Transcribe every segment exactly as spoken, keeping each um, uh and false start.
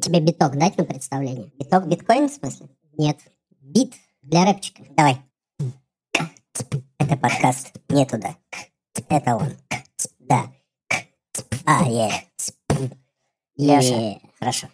Тебе биток дать на представление? Биток биткоин, в смысле? Нет. Бит для рэпчиков. Давай. Это подкаст не туда. Это он. Да. А, е. Леша. Хорошо.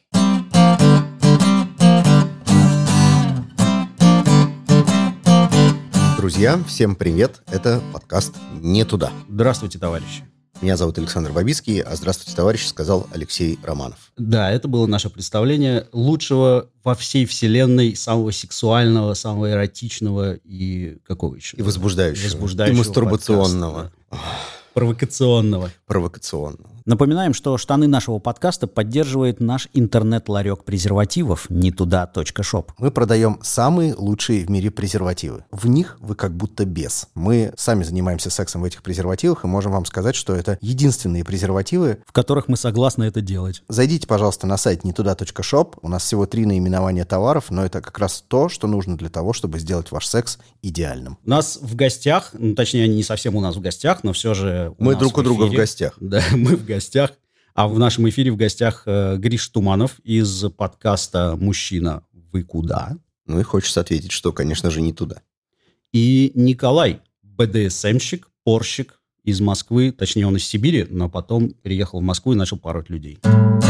Друзья, всем привет. Это подкаст «Не туда». Здравствуйте, товарищи. Меня зовут Александр Бабицкий, а здравствуйте, товарищи, сказал Алексей Романов. Да, это было наше представление лучшего во всей вселенной, самого сексуального, самого эротичного и какого еще? И возбуждающего. возбуждающего и мастурбационного. Подкаста, да. Провокационного. Провокационного. Напоминаем, что штаны нашего подкаста поддерживает наш интернет-ларек презервативов не туда точка шоп. Мы продаем самые лучшие в мире презервативы. В них вы как будто без. Мы сами занимаемся сексом в этих презервативах и можем вам сказать, что это единственные презервативы, в которых мы согласны это делать. Зайдите, пожалуйста, на сайт не туда точка шоп. У нас всего три наименования товаров, но это как раз то, что нужно для того, чтобы сделать ваш секс идеальным. У нас в гостях, ну, точнее, не совсем у нас в гостях, но все же у Мы нас друг у друга в гостях. Да, мы в гостях. А в нашем эфире в гостях э, Гриш Туманов из подкаста «Мужчина, вы куда?». Ну и хочется ответить, что, конечно же, не туда. И Николай, бэ дэ эс эмщик, порщик из Москвы, точнее, он из Сибири, но потом переехал в Москву и начал парить людей.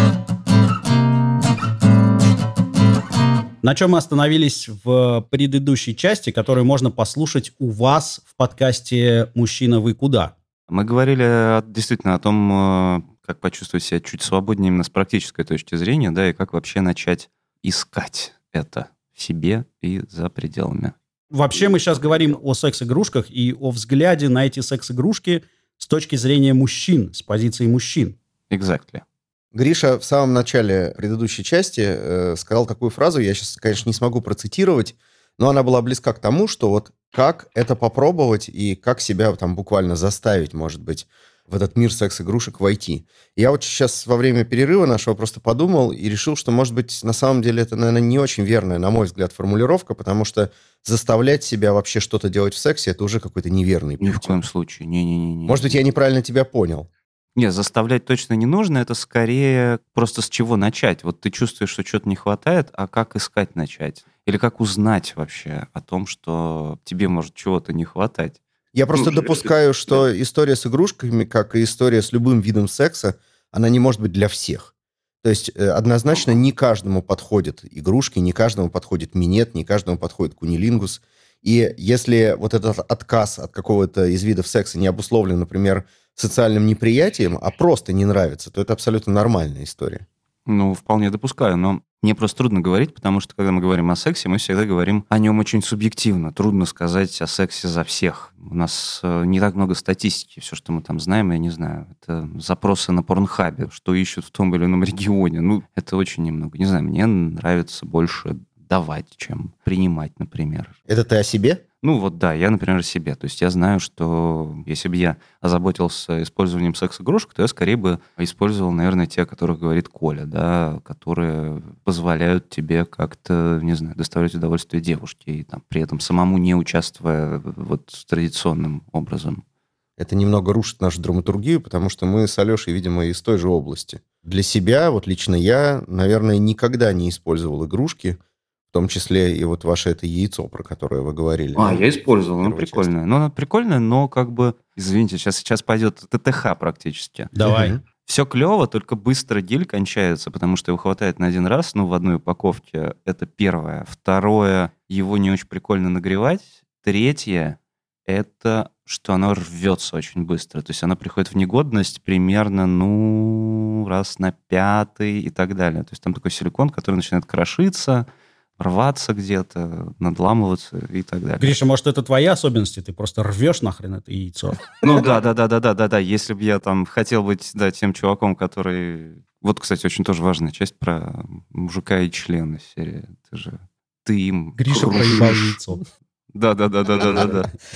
На чем мы остановились в предыдущей части, которую можно послушать у вас в подкасте «Мужчина, вы куда?». Мы говорили действительно о том, как почувствовать себя чуть свободнее именно с практической точки зрения, да, и как вообще начать искать это в себе и за пределами. Вообще мы сейчас говорим о секс-игрушках и о взгляде на эти секс-игрушки с точки зрения мужчин, с позиции мужчин. Exactly. Гриша в самом начале предыдущей части э, сказал такую фразу, я сейчас, конечно, не смогу процитировать, но она была близка к тому, что вот как это попробовать и как себя там буквально заставить, может быть, в этот мир секс-игрушек войти. Я вот сейчас во время перерыва нашего просто подумал и решил, что, может быть, на самом деле это, наверное, не очень верная, на мой взгляд, формулировка, потому что заставлять себя вообще что-то делать в сексе, это уже какой-то неверный путь. Ни в коем случае. Не-не-не. Может быть, я неправильно тебя понял. Нет, заставлять точно не нужно, это скорее просто с чего начать. Вот ты чувствуешь, что что-то не хватает, а как искать начать? Или как узнать вообще о том, что тебе может чего-то не хватать? Я просто Ну, допускаю, что история с игрушками, как и история с любым видом секса, она не может быть для всех. То есть однозначно не каждому подходят игрушки, не каждому подходит минет, не каждому подходит кунилингус. И если вот этот отказ от какого-то из видов секса не обусловлен, например, социальным неприятием, а просто не нравится, то это абсолютно нормальная история. Ну, вполне допускаю, но мне просто трудно говорить, потому что, когда мы говорим о сексе, мы всегда говорим о нем очень субъективно. Трудно сказать о сексе за всех. У нас не так много статистики. Все, что мы там знаем, я не знаю, это запросы на Порнхабе, что ищут в том или ином регионе. Ну, это очень немного. Не знаю, мне нравится больше давать, чем принимать, например. Это ты о себе? Ну вот да, я, например, о себе. То есть я знаю, что если бы я озаботился использованием секс-игрушек, то я скорее бы использовал, наверное, те, о которых говорит Коля, да, которые позволяют тебе как-то, не знаю, доставлять удовольствие девушке, и там, при этом самому не участвуя вот традиционным образом. Это немного рушит нашу драматургию, потому что мы с Алешей, видимо, из той же области. Для себя, вот лично я, наверное, никогда не использовал игрушки, в том числе и вот ваше это яйцо, про которое вы говорили. А, я использовал, оно Первая прикольное. часть. Ну, оно прикольное, но как бы, извините, сейчас, сейчас пойдет ТТХ практически. Давай. Мгм. Все клево, только быстро гель кончается, потому что его хватает на один раз, ну, в одной упаковке. Это первое. Второе, его не очень прикольно нагревать. Третье, это что оно рвется очень быстро. То есть оно приходит в негодность примерно, ну, раз на пятый и так далее. То есть там такой силикон, который начинает крошиться, рваться где-то, надламываться и так далее. Гриша, может, это твои особенности? Ты просто рвешь нахрен это яйцо? Ну да, да, да, да, да, да, да. Если бы я там хотел быть, да, тем чуваком, который. Вот, кстати, очень тоже важная часть про мужика и члены серии. Это же ты им. Гриша крушишь. проебал яйцо. Да, да, да, да, да, да,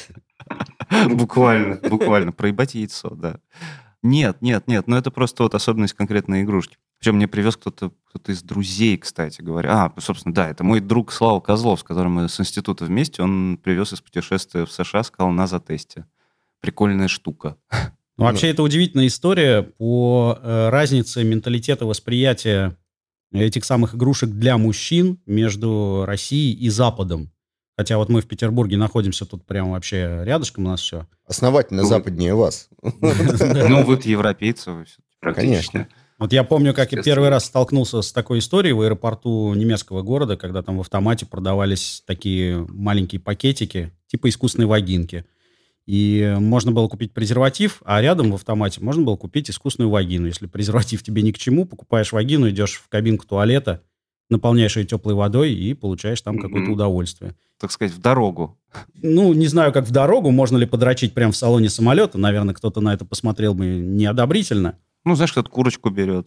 да. Буквально, буквально. Проебать яйцо, да. Нет, нет, нет, но это просто вот особенность конкретной игрушки. Причем мне привез кто-то, кто-то из друзей, кстати говоря. А, собственно, да, это мой друг Слава Козлов, с которым мы с института вместе. Он привез из путешествия в США, сказал, на затесте. Прикольная штука. Ну, вообще, это удивительная история по э, разнице менталитета восприятия этих самых игрушек для мужчин между Россией и Западом. Хотя вот мы в Петербурге находимся, тут прям вообще рядышком у нас все. Основательно Ну, западнее вас. Ну, вы европейцы, вы всё-таки практически. Конечно. Вот я помню, как я Естественно. первый раз столкнулся с такой историей в аэропорту немецкого города, когда там в автомате продавались такие маленькие пакетики, типа искусственной вагинки. И можно было купить презерватив, а рядом в автомате можно было купить искусственную вагину. Если презерватив тебе ни к чему, покупаешь вагину, идешь в кабинку туалета, наполняешь ее теплой водой и получаешь там Мгм. какое-то удовольствие. Так сказать, в дорогу. Ну, не знаю, как в дорогу, можно ли подрочить прямо в салоне самолета. Наверное, кто-то на это посмотрел бы неодобрительно. Ну, знаешь, кто-то курочку берет,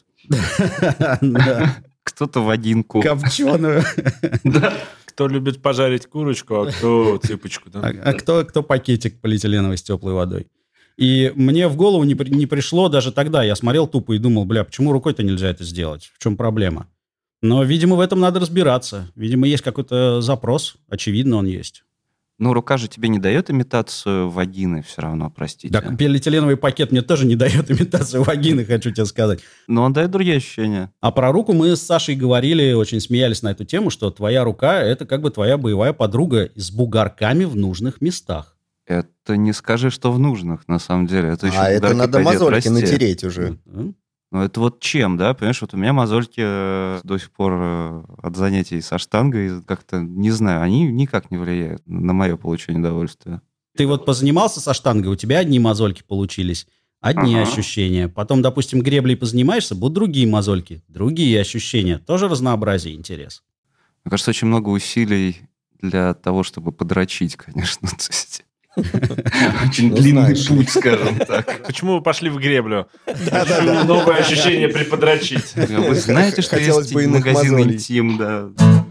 Да. кто-то вагинку. Копченую. Кто любит пожарить курочку, а кто цыпочку, А, да? а кто, кто пакетик полиэтиленовый с теплой водой. И мне в голову не, при- не пришло даже тогда. Я смотрел тупо и думал, бля, почему рукой-то нельзя это сделать? В чем проблема? Но, видимо, в этом надо разбираться. Видимо, есть какой-то запрос. Очевидно, он есть. Ну, рука же тебе не дает имитацию вагины все равно, простите. Да, полиэтиленовый пакет мне тоже не дает имитацию вагины, хочу тебе сказать. Но он дает другие ощущения. А про руку мы с Сашей говорили, очень смеялись на эту тему, что твоя рука – это как бы твоя боевая подруга с бугорками в нужных местах. Это не скажи, что в нужных, на самом деле. Это еще А это бугорки надо пойдет мозольки расти. натереть уже. М? Ну, это вот чем, да? Понимаешь, вот у меня мозольки э, до сих пор э, от занятий со штангой как-то, не знаю, они никак не влияют на мое получение удовольствия. Ты вот позанимался со штангой, у тебя одни мозольки получились, одни Ага. ощущения. Потом, допустим, греблей позанимаешься, будут другие мозольки, другие ощущения. Тоже разнообразие, интерес. Мне кажется, очень много усилий для того, чтобы подрочить, конечно. То есть очень Ну, длинный знаешь. путь, скажем так. Почему вы пошли в греблю? Новое ощущение приподрочить. Вы знаете, что Хотелось есть бы иных магазин мозолей. интим, да.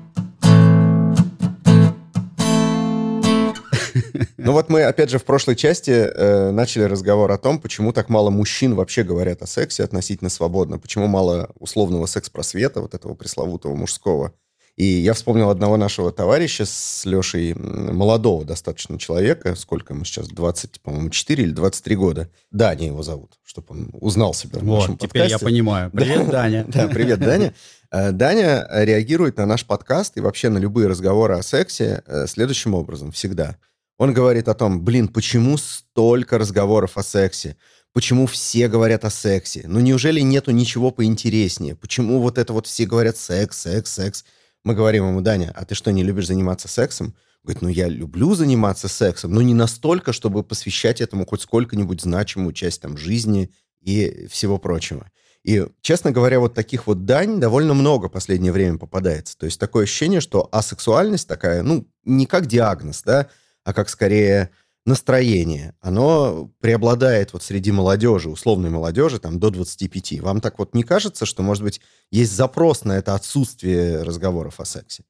Ну вот мы, опять же, в прошлой части э, начали разговор о том, почему так мало мужчин вообще говорят о сексе относительно свободно, почему мало условного секс-просвета, вот этого пресловутого мужского. И я вспомнил одного нашего товарища с Лешей, м, молодого достаточно человека, сколько ему сейчас, двадцать, по-моему, четыре или двадцать три года. Даня его зовут, чтобы он узнал себя в нашем Вот, теперь я подкасте. понимаю. Привет, Даня. Да, привет, Даня. Э, Даня реагирует на наш подкаст и вообще на любые разговоры о сексе э, следующим образом, всегда. Он говорит о том, блин, почему столько разговоров о сексе? Почему все говорят о сексе? Ну, неужели нету ничего поинтереснее? Почему вот это вот все говорят секс, секс, секс? Мы говорим ему, Даня, а ты что, не любишь заниматься сексом? Говорит, ну, я люблю заниматься сексом, но не настолько, чтобы посвящать этому хоть сколько-нибудь значимую часть там жизни и всего прочего. И, честно говоря, вот таких вот дань довольно много в последнее время попадается. То есть такое ощущение, что асексуальность такая, ну, не как диагноз, да, а как скорее настроение. Оно преобладает вот среди молодежи, условной молодежи, там, до двадцати пяти. Вам так вот не кажется, что, может быть, есть запрос на это отсутствие разговоров о сексе?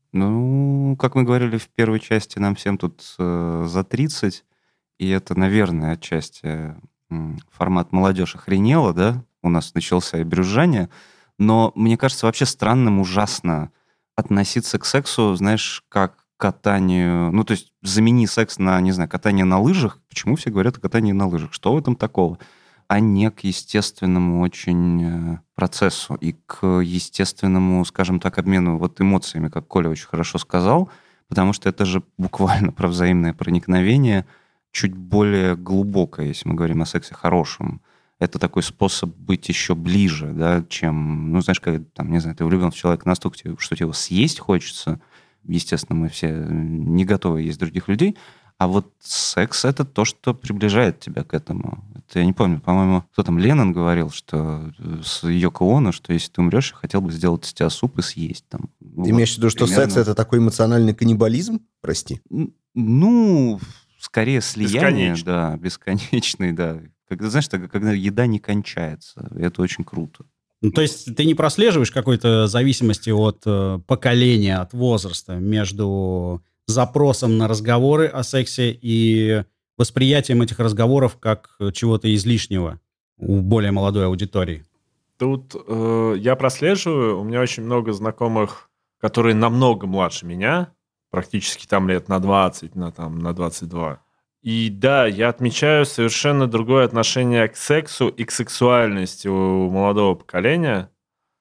Ну, как мы говорили в первой части, нам всем тут э, за тридцать, и это, наверное, отчасти м, формат «молодежь охренела», да? У нас начался и брюзжание, но мне кажется вообще странным, ужасно относиться к сексу, знаешь, как к катанию... Ну, то есть замени секс на, не знаю, катание на лыжах. Почему все говорят о катании на лыжах? Что в этом такого? А не к естественному очень э, процессу и к естественному, скажем так, обмену вот эмоциями, как Коля очень хорошо сказал, потому что это же буквально про взаимное проникновение, чуть более глубокое, если мы говорим о сексе хорошем. Это такой способ быть еще ближе, да, чем, ну, знаешь, как, там, не знаю, ты влюблен в человека настолько, что тебе его съесть хочется. Естественно, мы все не готовы есть других людей. А вот секс — это то, что приближает тебя к этому. Это, я не помню, по-моему, кто там, Леннон говорил, что с Йоко Оно, что если ты умрешь, я хотел бы сделать из тебя суп и съесть. Там. Ты Вот, имеешь в виду, что примерно. секс — это такой эмоциональный каннибализм? Прости. Ну, скорее слияние, Бесконечно. да, бесконечный, да. Когда, знаешь, так, когда еда не кончается. Это очень круто. Ну, то есть ты не прослеживаешь какой-то зависимости от э, поколения, от возраста между запросом на разговоры о сексе и восприятием этих разговоров как чего-то излишнего у более молодой аудитории? Тут э, я прослеживаю, у меня очень много знакомых, которые намного младше меня, практически там лет на двадцать, на, там, на двадцать два. И да, я отмечаю совершенно другое отношение к сексу и к сексуальности у молодого поколения.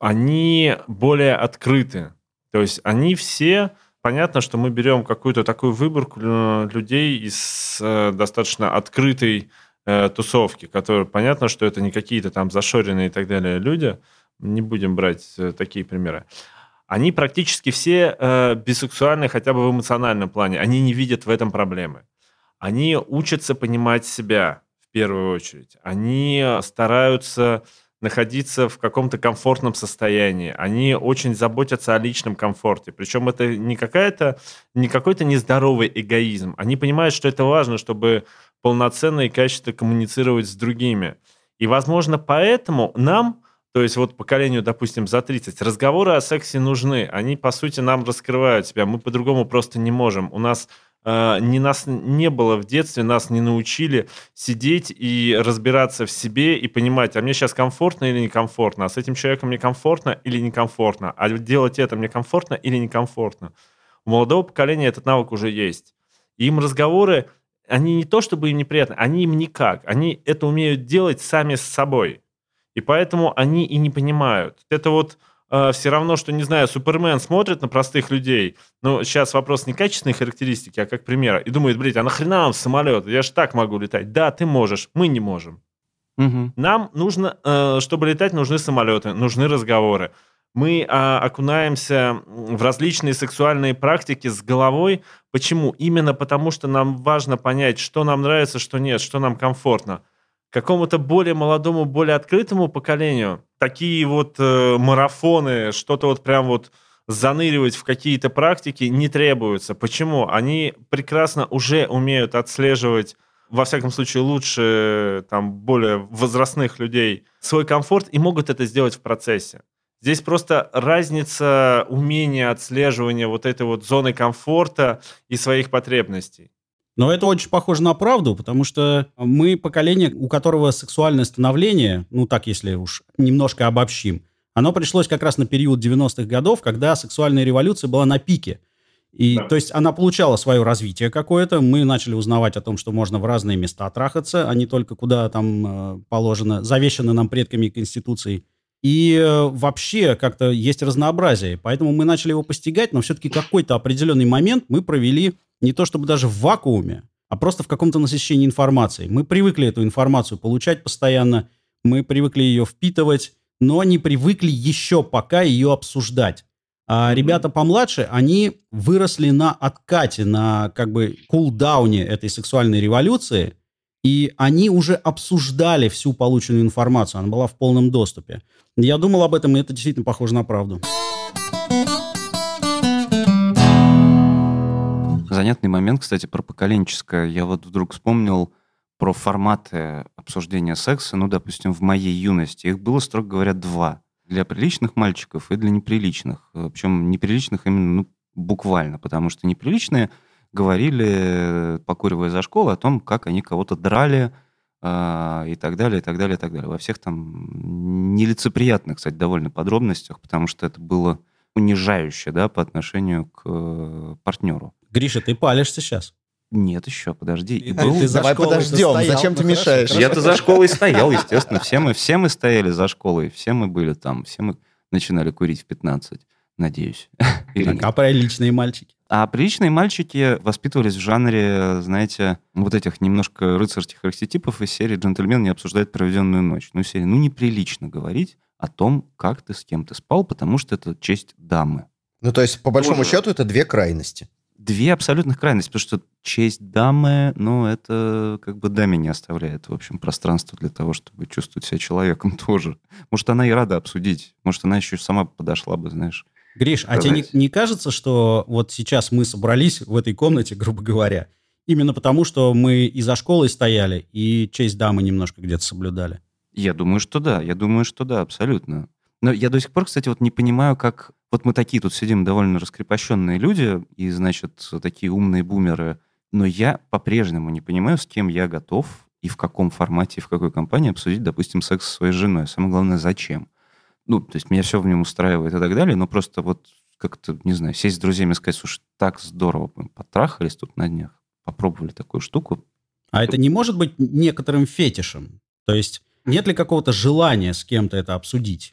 они более открыты. То есть они все... Понятно, что мы берем какую-то такую выборку людей из э, достаточно открытой э, тусовки, которые, понятно, что это не какие-то там зашоренные и так далее люди, не будем брать э, такие примеры. Они практически все э, бисексуальны хотя бы в эмоциональном плане, они не видят в этом проблемы. Они учатся понимать себя в первую очередь, они стараются... находиться в каком-то комфортном состоянии. Они очень заботятся о личном комфорте. Причем это не, какая-то, не какой-то нездоровый эгоизм. Они понимают, что это важно, чтобы полноценно и качественно коммуницировать с другими. И, возможно, поэтому нам, то есть вот поколению, допустим, за тридцать, разговоры о сексе нужны. Они, по сути, нам раскрывают себя. Мы по-другому просто не можем. У нас... Не, нас не было в детстве, нас не научили сидеть и разбираться в себе и понимать, а мне сейчас комфортно или некомфортно, а с этим человеком мне комфортно или некомфортно, а делать это мне комфортно или некомфортно. У молодого поколения этот навык уже есть. И им разговоры, они не то чтобы им неприятны, они им никак. Они это умеют делать сами с собой. И поэтому они и не понимают. Это вот... все равно, что, не знаю, Супермен смотрит на простых людей, но сейчас вопрос не качественной характеристики, а как примера, и думает, блядь, а нахрена вам самолет? Я же так могу летать. Да, ты можешь, мы не можем. Угу. Нам нужно, чтобы летать, нужны самолеты, нужны разговоры. Мы окунаемся в различные сексуальные практики с головой. Почему? Именно потому, что нам важно понять, что нам нравится, что нет, что нам комфортно. Какому-то более молодому, более открытому поколению такие вот э, марафоны, что-то вот прям вот заныривать в какие-то практики не требуется. Почему? Они прекрасно уже умеют отслеживать, во всяком случае, лучше там более возрастных людей свой комфорт и могут это сделать в процессе. Здесь просто разница умения отслеживания вот этой вот зоны комфорта и своих потребностей. Но это очень похоже на правду, потому что мы поколение, у которого сексуальное становление, ну так, если уж немножко обобщим, оно пришлось как раз на период девяностых годов, когда сексуальная революция была на пике. И, да. То есть она получала свое развитие какое-то, мы начали узнавать о том, что можно в разные места трахаться, а не только куда там положено, завещано нам предками Конституцией. И вообще как-то есть разнообразие, поэтому мы начали его постигать, но все-таки какой-то определенный момент мы провели не то чтобы даже в вакууме, а просто в каком-то насыщении информацией. Мы привыкли эту информацию получать постоянно, мы привыкли ее впитывать, но не привыкли еще пока ее обсуждать. А ребята помладше, они выросли на откате, на как бы кулдауне этой сексуальной революции, и они уже обсуждали всю полученную информацию, она была в полном доступе. Я думал об этом, и это действительно похоже на правду. Занятный момент, кстати, про поколенческое. Я вот вдруг вспомнил про форматы обсуждения секса. Ну, допустим, в моей юности их было, строго говоря, два. Для приличных мальчиков и для неприличных. Причем неприличных именно ну, буквально, потому что неприличные говорили, покуривая за школу, о том, как они кого-то драли э, и так далее, и так далее, и так далее. Во всех там нелицеприятных, кстати, довольно подробностях, потому что это было унижающе, да, по отношению к э, партнеру. Гриша, ты палишься сейчас. Нет, еще, подожди. И И был... ты Давай подождем, стоял, зачем ну, ты хорошо, мешаешь? Хорошо. Я-то за школой стоял, естественно. Все мы, все мы стояли за школой, все мы были там, все мы начинали курить в пятнадцать, надеюсь. Так, а приличные мальчики? А приличные мальчики воспитывались в жанре, знаете, вот этих немножко рыцарских архетипов из серии «Джентльмен не обсуждает проведенную ночь». Ну, серии, ну, неприлично говорить о том, как ты с кем-то спал, потому что это честь дамы. Ну, то есть, по большому Тоже. счету, это две крайности. Две абсолютных крайности, потому что честь дамы, ну, это как бы даме не оставляет, в общем, пространство для того, чтобы чувствовать себя человеком тоже. Может, она и рада обсудить. Может, она еще сама подошла бы, знаешь. Гриш, сказать. А тебе не, не кажется, что вот сейчас мы собрались в этой комнате, грубо говоря, именно потому, что мы и за школой стояли, и честь дамы немножко где-то соблюдали? Я думаю, что да. Я думаю, что да, абсолютно. Но я до сих пор, кстати, вот не понимаю, как... Вот мы такие тут сидим довольно раскрепощенные люди, и, значит, такие умные бумеры, но я по-прежнему не понимаю, с кем я готов и в каком формате, и в какой компании обсудить, допустим, секс со своей женой. Самое главное, зачем. Ну, то есть меня все в нем устраивает и так далее, но просто вот как-то, не знаю, сесть с друзьями и сказать, слушай, так здорово, мы потрахались тут на днях, попробовали такую штуку. А это не может быть некоторым фетишем? То есть нет ли какого-то желания с кем-то это обсудить?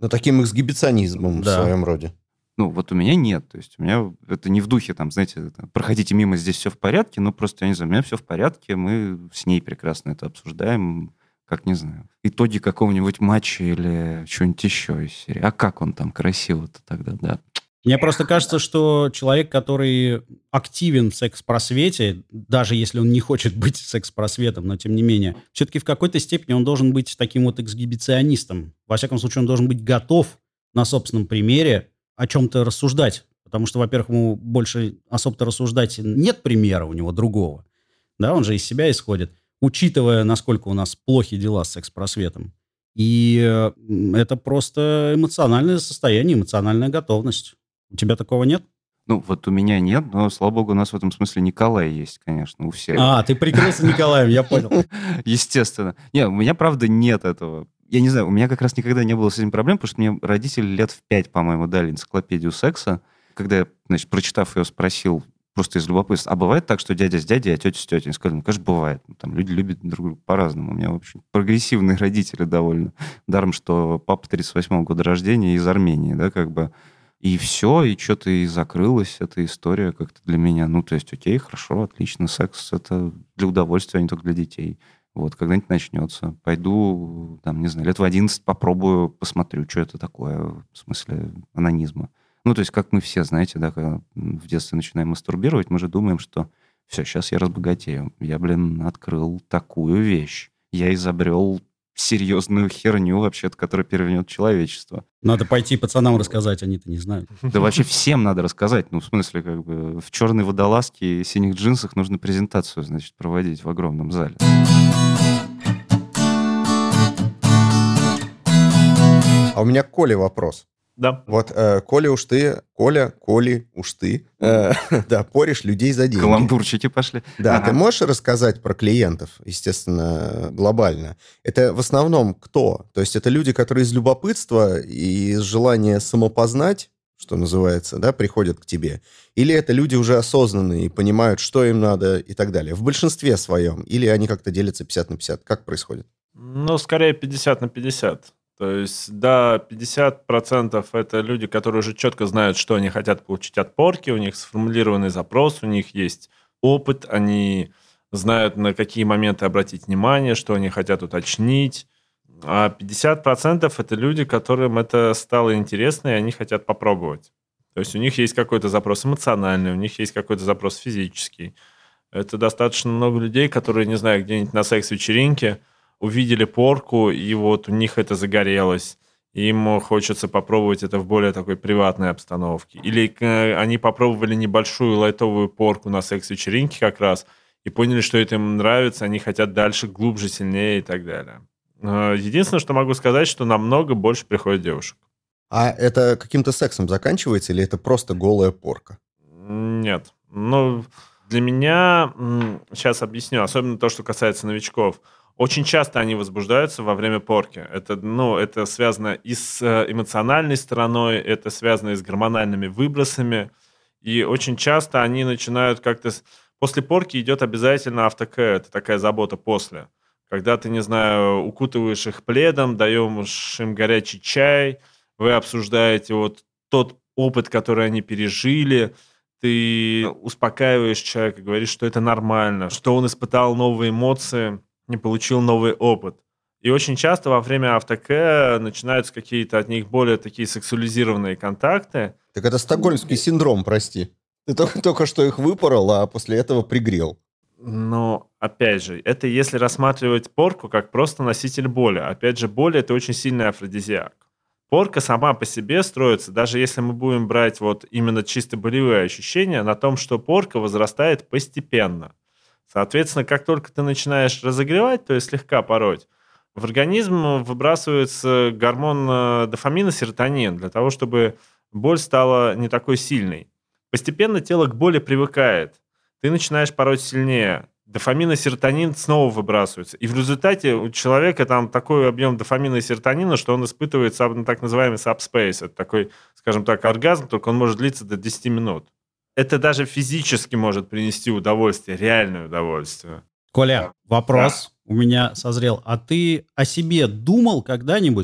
Ну, таким эксгибиционизмом Да. в своем роде. Ну, вот у меня нет. То есть у меня это не в духе, там, знаете, там, проходите мимо, здесь все в порядке. Ну, просто, я не знаю, у меня все в порядке, мы с ней прекрасно это обсуждаем, как, не знаю, итоги какого-нибудь матча или что-нибудь еще из серии. А как он там красиво-то тогда, да? Мне просто кажется, что человек, который активен в секс-просвете, даже если он не хочет быть секс-просветом, но тем не менее, все-таки в какой-то степени он должен быть таким вот эксгибиционистом. Во всяком случае, он должен быть готов на собственном примере о чем-то рассуждать. Потому что, во-первых, ему больше особо-то рассуждать нет примера у него другого. Да, он же из себя исходит, учитывая, насколько у нас плохи дела с секс-просветом. И э, это просто эмоциональное состояние, эмоциональная готовность. У тебя такого нет? Ну, вот у меня нет, но, слава богу, у нас в этом смысле Николай есть, конечно, у всех. А, ты прикрылся Николаем, я понял. Естественно. Не, у меня, правда, нет этого. Я не знаю, у меня как раз никогда не было с этим проблем, потому что мне родители лет в пять, по-моему, дали энциклопедию секса. Когда я, значит, прочитав ее, спросил просто из любопытства, а бывает так, что дядя с дядей, а тетя с тетей? Они сказали, ну, конечно, бывает. Там люди любят друг друга по-разному. У меня, в общем, прогрессивные родители довольно. Даром, что папа тридцать восьмого года рождения из Армении, да, как бы. И все, и что-то и закрылась эта история как-то для меня. Ну, то есть, окей, хорошо, отлично, секс — это для удовольствия, а не только для детей. Вот, когда-нибудь начнется. Пойду, там, не знаю, лет в одиннадцать попробую, посмотрю, что это такое, в смысле анонизма. Ну, то есть, как мы все, знаете, да, когда в детстве начинаем мастурбировать, мы же думаем, что все, сейчас я разбогатею. Я, блин, открыл такую вещь. Я изобрел серьезную херню, вообще-то, которая перевернет человечество. Надо пойти пацанам рассказать, они-то не знают. Да вообще всем надо рассказать. Ну, в смысле, как бы в черной водолазке и синих джинсах нужно презентацию, значит, проводить в огромном зале. А у меня к Коле вопрос. Да. Вот, э, Коля уж ты, Коля, Коли уж ты, э, да, поришь людей за деньги. Каламбурчики пошли. Да, Ага. ты можешь рассказать про клиентов, естественно, глобально? Это в основном кто? То есть это люди, которые из любопытства и из желания самопознать, что называется, да, приходят к тебе? Или это люди уже осознанные и понимают, что им надо и так далее? В большинстве своем? Или они как-то делятся пятьдесят на пятьдесят? Как происходит? Ну, скорее пятьдесят на пятьдесят. То есть, да, пятьдесят процентов это люди, которые уже четко знают, что они хотят получить от порки, у них сформулированный запрос, у них есть опыт, они знают, на какие моменты обратить внимание, что они хотят уточнить. А пятьдесят процентов это люди, которым это стало интересно, и они хотят попробовать. То есть у них есть какой-то запрос эмоциональный, у них есть какой-то запрос физический. Это достаточно много людей, которые, не знаю, где-нибудь на секс-вечеринке увидели порку, и вот у них это загорелось. Им хочется попробовать это в более такой приватной обстановке. Или э, они попробовали небольшую лайтовую порку на секс-вечеринке как раз, и поняли, что это им нравится, они хотят дальше, глубже, сильнее и так далее. Э, Единственное, что могу сказать, что намного больше приходит девушек. А это каким-то сексом заканчивается или это просто голая порка? Нет. Ну, для меня, сейчас объясню, особенно то, что касается новичков, очень часто они возбуждаются во время порки. Это, ну, это связано и с эмоциональной стороной, это связано и с гормональными выбросами. И очень часто они начинают как-то... После порки идет обязательно автокэ, это такая забота после. Когда ты, не знаю, укутываешь их пледом, даешь им горячий чай, вы обсуждаете вот тот опыт, который они пережили, ты успокаиваешь человека, говоришь, что это нормально, что он испытал новые эмоции, не получил новый опыт. И очень часто во время автокэ начинаются какие-то от них более такие сексуализированные контакты. Так это стокгольмский синдром, прости. Ты только, только что их выпорол, а после этого пригрел. Но, опять же, это если рассматривать порку как просто носитель боли. Опять же, боль – это очень сильный афродизиак. Порка сама по себе строится, даже если мы будем брать вот именно чисто болевые ощущения, на том, что порка возрастает постепенно. Соответственно, как только ты начинаешь разогревать, то есть слегка пороть, в организм выбрасывается гормон дофамина, серотонин, для того, чтобы боль стала не такой сильной. Постепенно тело к боли привыкает. Ты начинаешь пороть сильнее. Дофамин и серотонин снова выбрасываются. И в результате у человека там такой объем дофамина и серотонина, что он испытывает так называемый subspace. Это такой, скажем так, оргазм, только он может длиться до десяти минут. Это даже физически может принести удовольствие, реальное удовольствие. Коля, вопрос у меня созрел. А ты о себе думал когда-нибудь?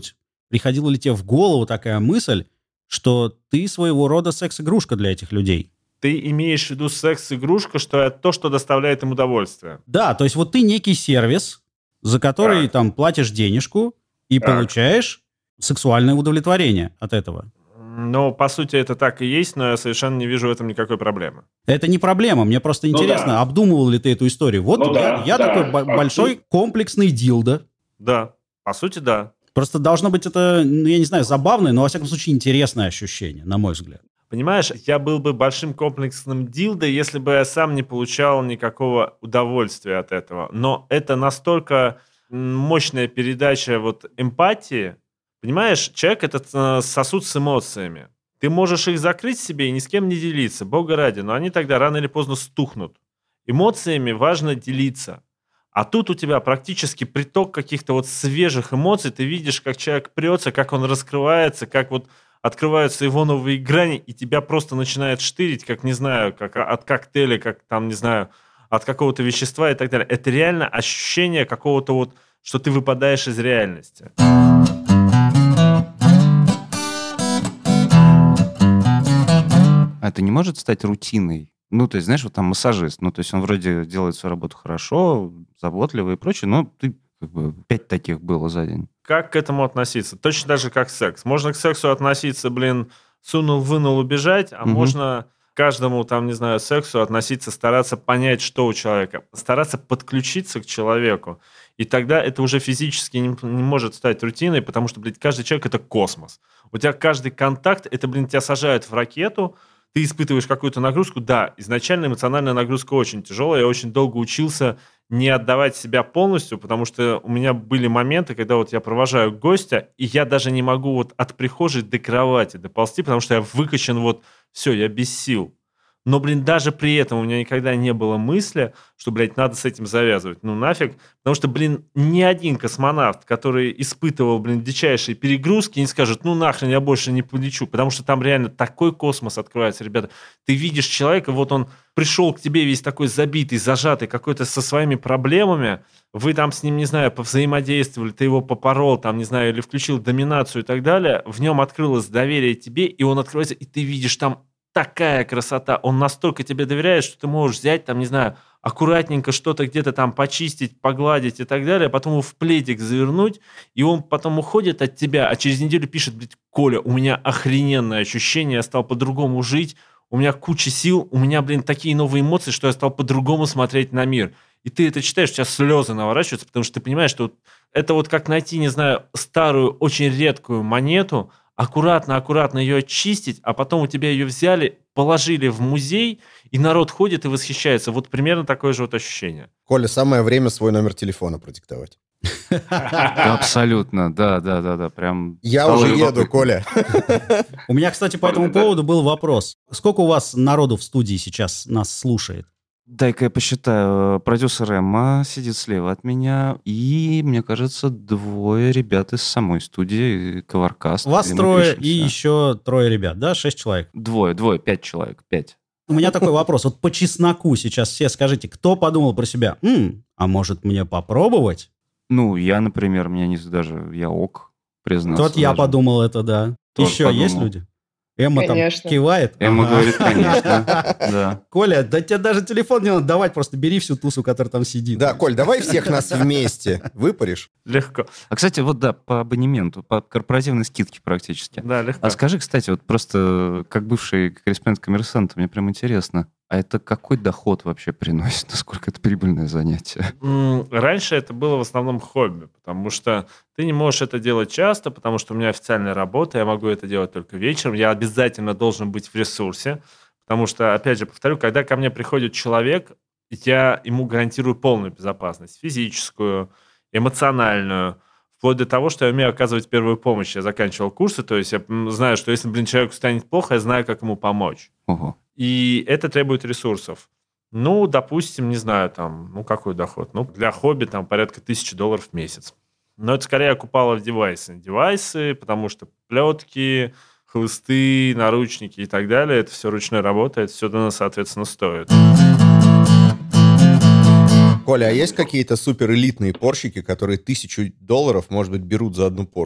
приходила ли тебе в голову такая мысль, что ты своего рода секс-игрушка для этих людей? Ты имеешь в виду секс-игрушка, что это то, что доставляет им удовольствие? Да, то есть вот ты некий сервис, за который Так. там платишь денежку и Так. получаешь сексуальное удовлетворение от этого. Ну, по сути, это так и есть, но я совершенно не вижу в этом никакой проблемы. Это не проблема, мне просто Ну интересно, да. обдумывал ли ты эту историю? Вот Ну я, да, я да. такой бо- А большой тут- комплексный дилдо. Да, по сути, да. Просто должно быть это, ну, я не знаю, забавное, но, во всяком случае, интересное ощущение, на мой взгляд. Понимаешь, я был бы большим комплексным дилдо, если бы я сам не получал никакого удовольствия от этого. Но это настолько м, мощная передача вот эмпатии. Понимаешь, человек — это э, сосуд с эмоциями. Ты можешь их закрыть себе и ни с кем не делиться, бога ради, но они тогда рано или поздно стухнут. Эмоциями важно делиться. А тут у тебя практически приток каких-то вот свежих эмоций. Ты видишь, как человек прется, как он раскрывается, как вот открываются его новые грани, и тебя просто начинает штырить, как, не знаю, как от коктейля, как там, не знаю, от какого-то вещества и так далее. Это реально ощущение какого-то вот, что ты выпадаешь из реальности. А это не может стать рутиной? Ну, то есть, знаешь, вот там массажист, ну, то есть он вроде делает свою работу хорошо, заботливо и прочее, но ты как бы пять таких было за день. Как к этому относиться? Точно так же, как секс. Можно к сексу относиться, блин, сунул, вынул, убежать, а Мгм. можно к каждому, там, не знаю, сексу относиться, стараться понять, что у человека, стараться подключиться к человеку. И тогда это уже физически не, не может стать рутиной, потому что, блин, каждый человек — это космос. У тебя каждый контакт, это, блин, тебя сажают в ракету, ты испытываешь какую-то нагрузку. Да, изначально эмоциональная нагрузка очень тяжелая. Я очень долго учился не отдавать себя полностью, потому что у меня были моменты, когда вот я провожаю гостя, и я даже не могу вот от прихожей до кровати доползти, потому что я выкачан вот, все, я без сил. Но, блин, даже при этом у меня никогда не было мысли, что, блядь, надо с этим завязывать. Ну нафиг. Потому что, блин, ни один космонавт, который испытывал, блин, дичайшие перегрузки, не скажет, ну нахрен, я больше не полечу. Потому что там реально такой космос открывается, ребята. Ты видишь человека, вот он пришел к тебе весь такой забитый, зажатый, какой-то со своими проблемами. Вы там с ним, не знаю, повзаимодействовали, ты его попорол, там, не знаю, или включил доминацию и так далее. В нем открылось доверие тебе, и он открывается, и ты видишь там такая красота, он настолько тебе доверяет, что ты можешь взять, там, не знаю, аккуратненько что-то где-то там почистить, погладить и так далее, потом его в пледик завернуть, и он потом уходит от тебя, а через неделю пишет, блядь, Коля, у меня охрененное ощущение, я стал по-другому жить, у меня куча сил, у меня, блин, такие новые эмоции, что я стал по-другому смотреть на мир. И ты это читаешь, у тебя слезы наворачиваются, потому что ты понимаешь, что это вот как найти, не знаю, старую, очень редкую монету, аккуратно-аккуратно ее очистить, а потом у тебя ее взяли, положили в музей, и народ ходит и восхищается. Вот примерно такое же вот ощущение. Коля, самое время свой номер телефона продиктовать. Абсолютно, да, да, да, да, прям. Я стало уже любопытно. еду, Коля. У меня, кстати, по этому поводу был вопрос. Сколько у вас народу в студии сейчас нас слушает? Дай-ка я посчитаю. Продюсер Эмма сидит слева от меня, и, мне кажется, двое ребят из самой студии Коваркаст. Вас где мы трое пишемся. и еще трое ребят, да? Шесть человек. Двое, двое, пять человек, пять. У меня такой вопрос. Вот по чесноку сейчас все скажите, кто подумал про себя? «М, а может мне попробовать?» Ну, я, например, меня не даже, я ок, признаться. Вот я даже. подумал это, да. Тоже Еще подумал. есть люди? Эмма Конечно. там кивает. Эмма Ага. говорит, конечно, да. Коля, да тебе даже телефон не надо давать, просто бери всю тусу, которая там сидит. Да, Коль, давай всех нас вместе. Выпаришь? Легко. А, кстати, вот да, по абонементу, по корпоративной скидке практически. Да, легко. А скажи, кстати, вот просто как бывший корреспондент «Коммерсанта», мне прям интересно, а это какой доход вообще приносит? Насколько это прибыльное занятие? М, Раньше это было в основном хобби, потому что ты не можешь это делать часто, потому что у меня официальная работа, я могу это делать только вечером, я обязательно должен быть в ресурсе, потому что, опять же, повторю, когда ко мне приходит человек, я ему гарантирую полную безопасность, физическую, эмоциональную, вплоть до того, что я умею оказывать первую помощь. Я заканчивал курсы, то есть я м, знаю, что если, блин, человеку станет плохо, я знаю, как ему помочь. Ого. И это требует ресурсов. Ну, допустим, не знаю, там, ну, какой доход? Ну, для хобби там порядка тысячи долларов в месяц. Но это скорее окупало в девайсы. Девайсы, потому что плетки, хлысты, наручники и так далее, это все ручной работа, это все, соответственно, стоит. Коля, а есть какие-то суперэлитные порщики, которые тысячу долларов, может быть, берут за одну порку?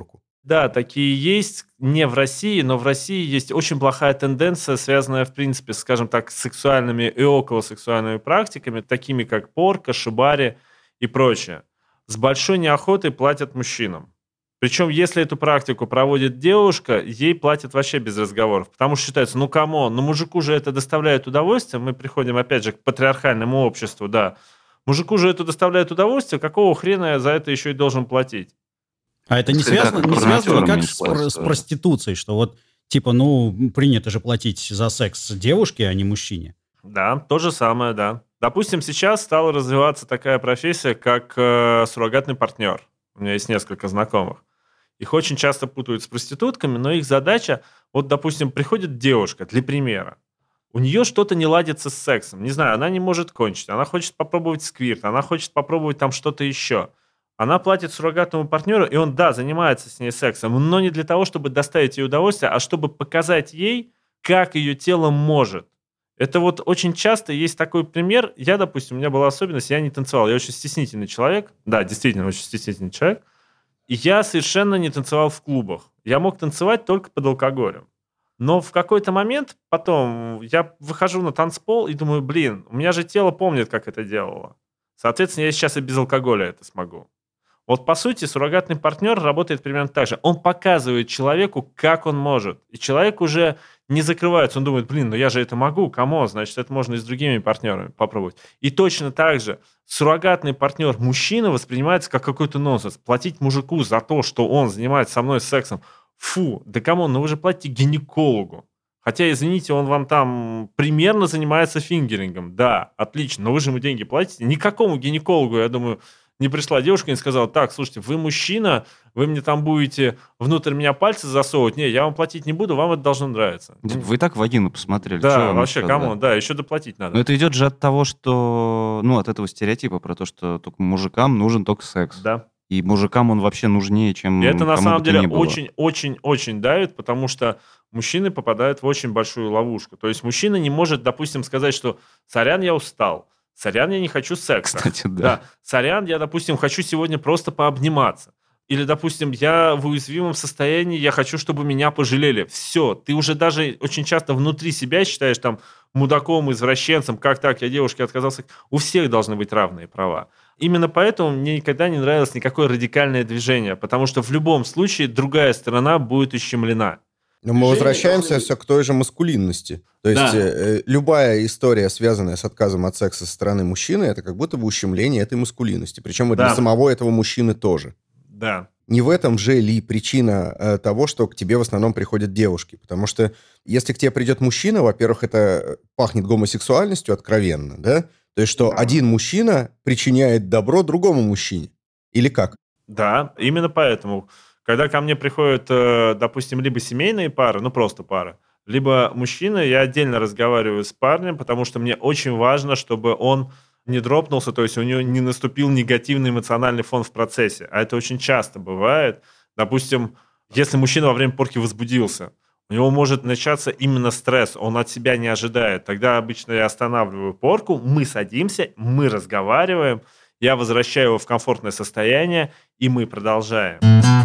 Да, такие есть, не в России, но в России есть очень плохая тенденция, связанная, в принципе, скажем так, с сексуальными и околосексуальными практиками, такими как порка, шибари и прочее. С большой неохотой платят мужчинам. Причем, если эту практику проводит девушка, ей платят вообще без разговоров. Потому что считается, ну камон, ну мужику же это доставляет удовольствие. Мы приходим, опять же, к патриархальному обществу, да. Мужику же это доставляет удовольствие, какого хрена я за это еще и должен платить? А это не Всегда связано, не как связано партнером как меньше с, платят про- с тоже. проституцией, что вот, типа, ну, принято же платить за секс девушке, а не мужчине. Да, то же самое, да. Допустим, сейчас стала развиваться такая профессия, как э, суррогатный партнер. У меня есть несколько знакомых. Их очень часто путают с проститутками, но их задача, вот, допустим, приходит девушка, для примера, у нее что-то не ладится с сексом, не знаю, она не может кончить, она хочет попробовать сквирт, она хочет попробовать там что-то еще. Она платит суррогатному партнеру, и он, да, занимается с ней сексом, но не для того, чтобы доставить ей удовольствие, а чтобы показать ей, как ее тело может. Это вот очень часто есть такой пример. Я, допустим, у меня была особенность, я не танцевал. Я очень стеснительный человек. Да, действительно, очень стеснительный человек. И я совершенно не танцевал в клубах. Я мог танцевать только под алкоголем. Но в какой-то момент потом я выхожу на танцпол и думаю, блин, у меня же тело помнит, как это делало. Соответственно, я сейчас и без алкоголя это смогу. Вот, по сути, суррогатный партнер работает примерно так же. Он показывает человеку, как он может. И человек уже не закрывается. Он думает, блин, ну я же это могу, камон, значит, это можно и с другими партнерами попробовать. И точно так же суррогатный партнер мужчина воспринимается как какой-то нонсенс. Платить мужику за то, что он занимается со мной сексом, фу, да камон, ну вы же платите гинекологу. Хотя, извините, он вам там примерно занимается фингерингом. Да, отлично, но вы же ему деньги платите. Никакому гинекологу, я думаю, не пришла девушка и не сказала, так, слушайте, вы мужчина, вы мне там будете внутрь меня пальцы засовывать. Не, я вам платить не буду, вам это должно нравиться. Вы и так вагину посмотрели. Да, чё вам вообще, еще, кому? да? Да, еще доплатить надо. Но это идет же от того, что... Ну, от этого стереотипа про то, что только мужикам нужен только секс. Да. И мужикам он вообще нужнее, чем И это на кому самом бы то деле ни было. очень-очень-очень давит, потому что мужчины попадают в очень большую ловушку. То есть мужчина не может, допустим, сказать, что «сорян, я устал», «сорян, я не хочу секса». Кстати, да. Да. «Сорян, я, допустим, хочу сегодня просто пообниматься». Или, допустим, я в уязвимом состоянии, я хочу, чтобы меня пожалели. Все, ты уже даже очень часто внутри себя считаешь там мудаком, извращенцем, как так, я девушке отказался. У всех должны быть равные права. Именно поэтому мне никогда не нравилось никакое радикальное движение, потому что в любом случае другая сторона будет ущемлена. Но мы возвращаемся все к той же маскулинности. То есть Да. э, любая история, связанная с отказом от секса со стороны мужчины, это как будто бы ущемление этой маскулинности. Причем и для Да. самого этого мужчины тоже. Да. Не в этом же ли причина э, того, что к тебе в основном приходят девушки? Потому что если к тебе придет мужчина, во-первых, это пахнет гомосексуальностью откровенно, да? То есть что один мужчина причиняет добро другому мужчине. Или как? Да, именно поэтому. Когда ко мне приходят, э, допустим, либо семейные пары, ну просто пары, либо мужчины, я отдельно разговариваю с парнем, потому что мне очень важно, чтобы он не дропнулся, то есть у него не наступил негативный эмоциональный фон в процессе. А это очень часто бывает. Допустим, если мужчина во время порки возбудился, у него может начаться именно стресс, он от себя не ожидает. Тогда обычно я останавливаю порку, мы садимся, мы разговариваем, я возвращаю его в комфортное состояние, и мы продолжаем.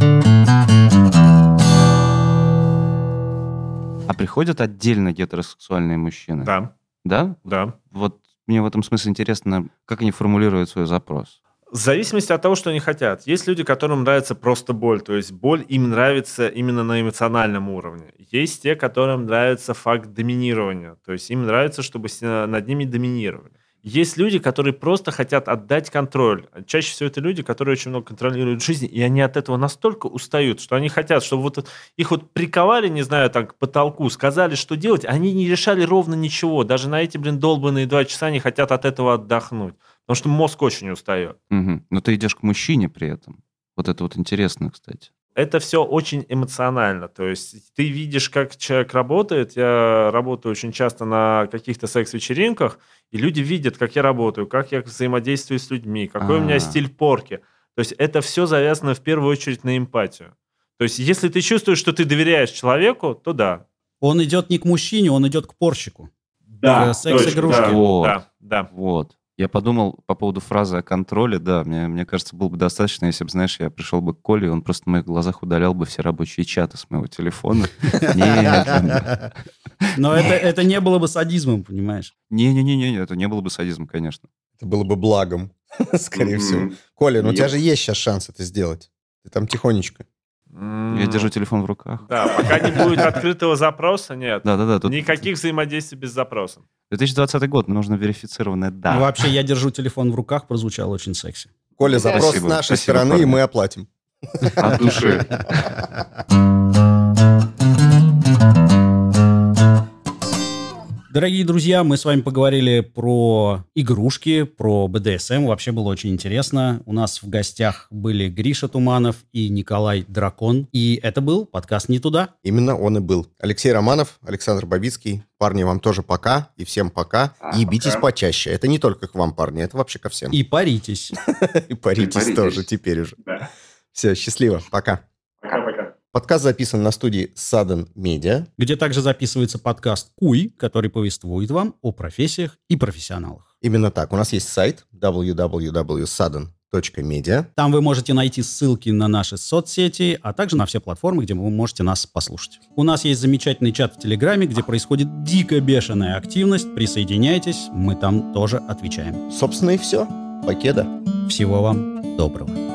А приходят отдельно гетеросексуальные мужчины? Да, Да? да. Вот мне в этом смысле интересно, как они формулируют свой запрос. В зависимости от того, что они хотят. Есть люди, которым нравится просто боль, то есть боль им нравится именно на эмоциональном уровне. Есть те, которым нравится факт доминирования, то есть им нравится, чтобы над ними доминировали. Есть люди, которые просто хотят отдать контроль. Чаще всего это люди, которые очень много контролируют жизнь, и они от этого настолько устают, что они хотят, чтобы вот их вот приковали, не знаю, там, к потолку, сказали, что делать, они не решали ровно ничего. Даже на эти, блин, долбанные два часа они хотят от этого отдохнуть. Потому что мозг очень устает. Угу. Но ты идешь к мужчине при этом. Вот это вот интересно, кстати. Это все очень эмоционально. То есть ты видишь, как человек работает. Я работаю очень часто на каких-то секс-вечеринках, и люди видят, как я работаю, как я взаимодействую с людьми, какой у меня А. стиль порки. То есть это все завязано в первую очередь на эмпатию. То есть если ты чувствуешь, что ты доверяешь человеку, то да. Он идет не к мужчине, он идет к порщику. Да, К секс-игрушке. точно, да, Вот. да, да. Вот. Я подумал по поводу фразы о контроле, да, мне, мне кажется, было бы достаточно, если бы, знаешь, я пришел бы к Коле, и он просто в моих глазах удалял бы все рабочие чаты с моего телефона. Нет. Но это, это не было бы садизмом, понимаешь? Не-не-не, это не было бы садизмом, конечно. Это было бы благом, скорее всего. Коля, ну у тебя же есть сейчас шанс это сделать. Ты там тихонечко. Я держу телефон в руках. Да, пока не будет открытого запроса, нет. Да-да-да. тут- Никаких взаимодействий без запроса. две тысячи двадцатый год, нужно верифицированное «да». Ну, вообще, я держу телефон в руках, прозвучало очень секси. Коля, запрос Спасибо, с нашей спасибо, стороны, и парни. мы оплатим. От души. Дорогие друзья, мы с вами поговорили про игрушки, про бэ дэ эс эм. Вообще было очень интересно. У нас в гостях были Гриша Туманов и Николай Дракон. И это был подкаст «Не туда». Именно он и был. Алексей Романов, Александр Бабицкий. Парни, вам тоже пока. И всем пока. А, И ебитесь пока. почаще. Это не только к вам, парни, это вообще ко всем. И паритесь. И паритесь паритесь. тоже теперь уже. Да. Все, счастливо. Пока. Пока-пока. Подкаст записан на студии Sudden Media. Где также записывается подкаст «Куй», который повествует вам о профессиях и профессионалах. Именно так. У нас есть сайт дабл ю дабл ю дабл ю точка sudden точка media. Там вы можете найти ссылки на наши соцсети, а также на все платформы, где вы можете нас послушать. У нас есть замечательный чат в Телеграме, где происходит дико бешеная активность. Присоединяйтесь, мы там тоже отвечаем. Собственно, и все. Покеда. Всего вам доброго.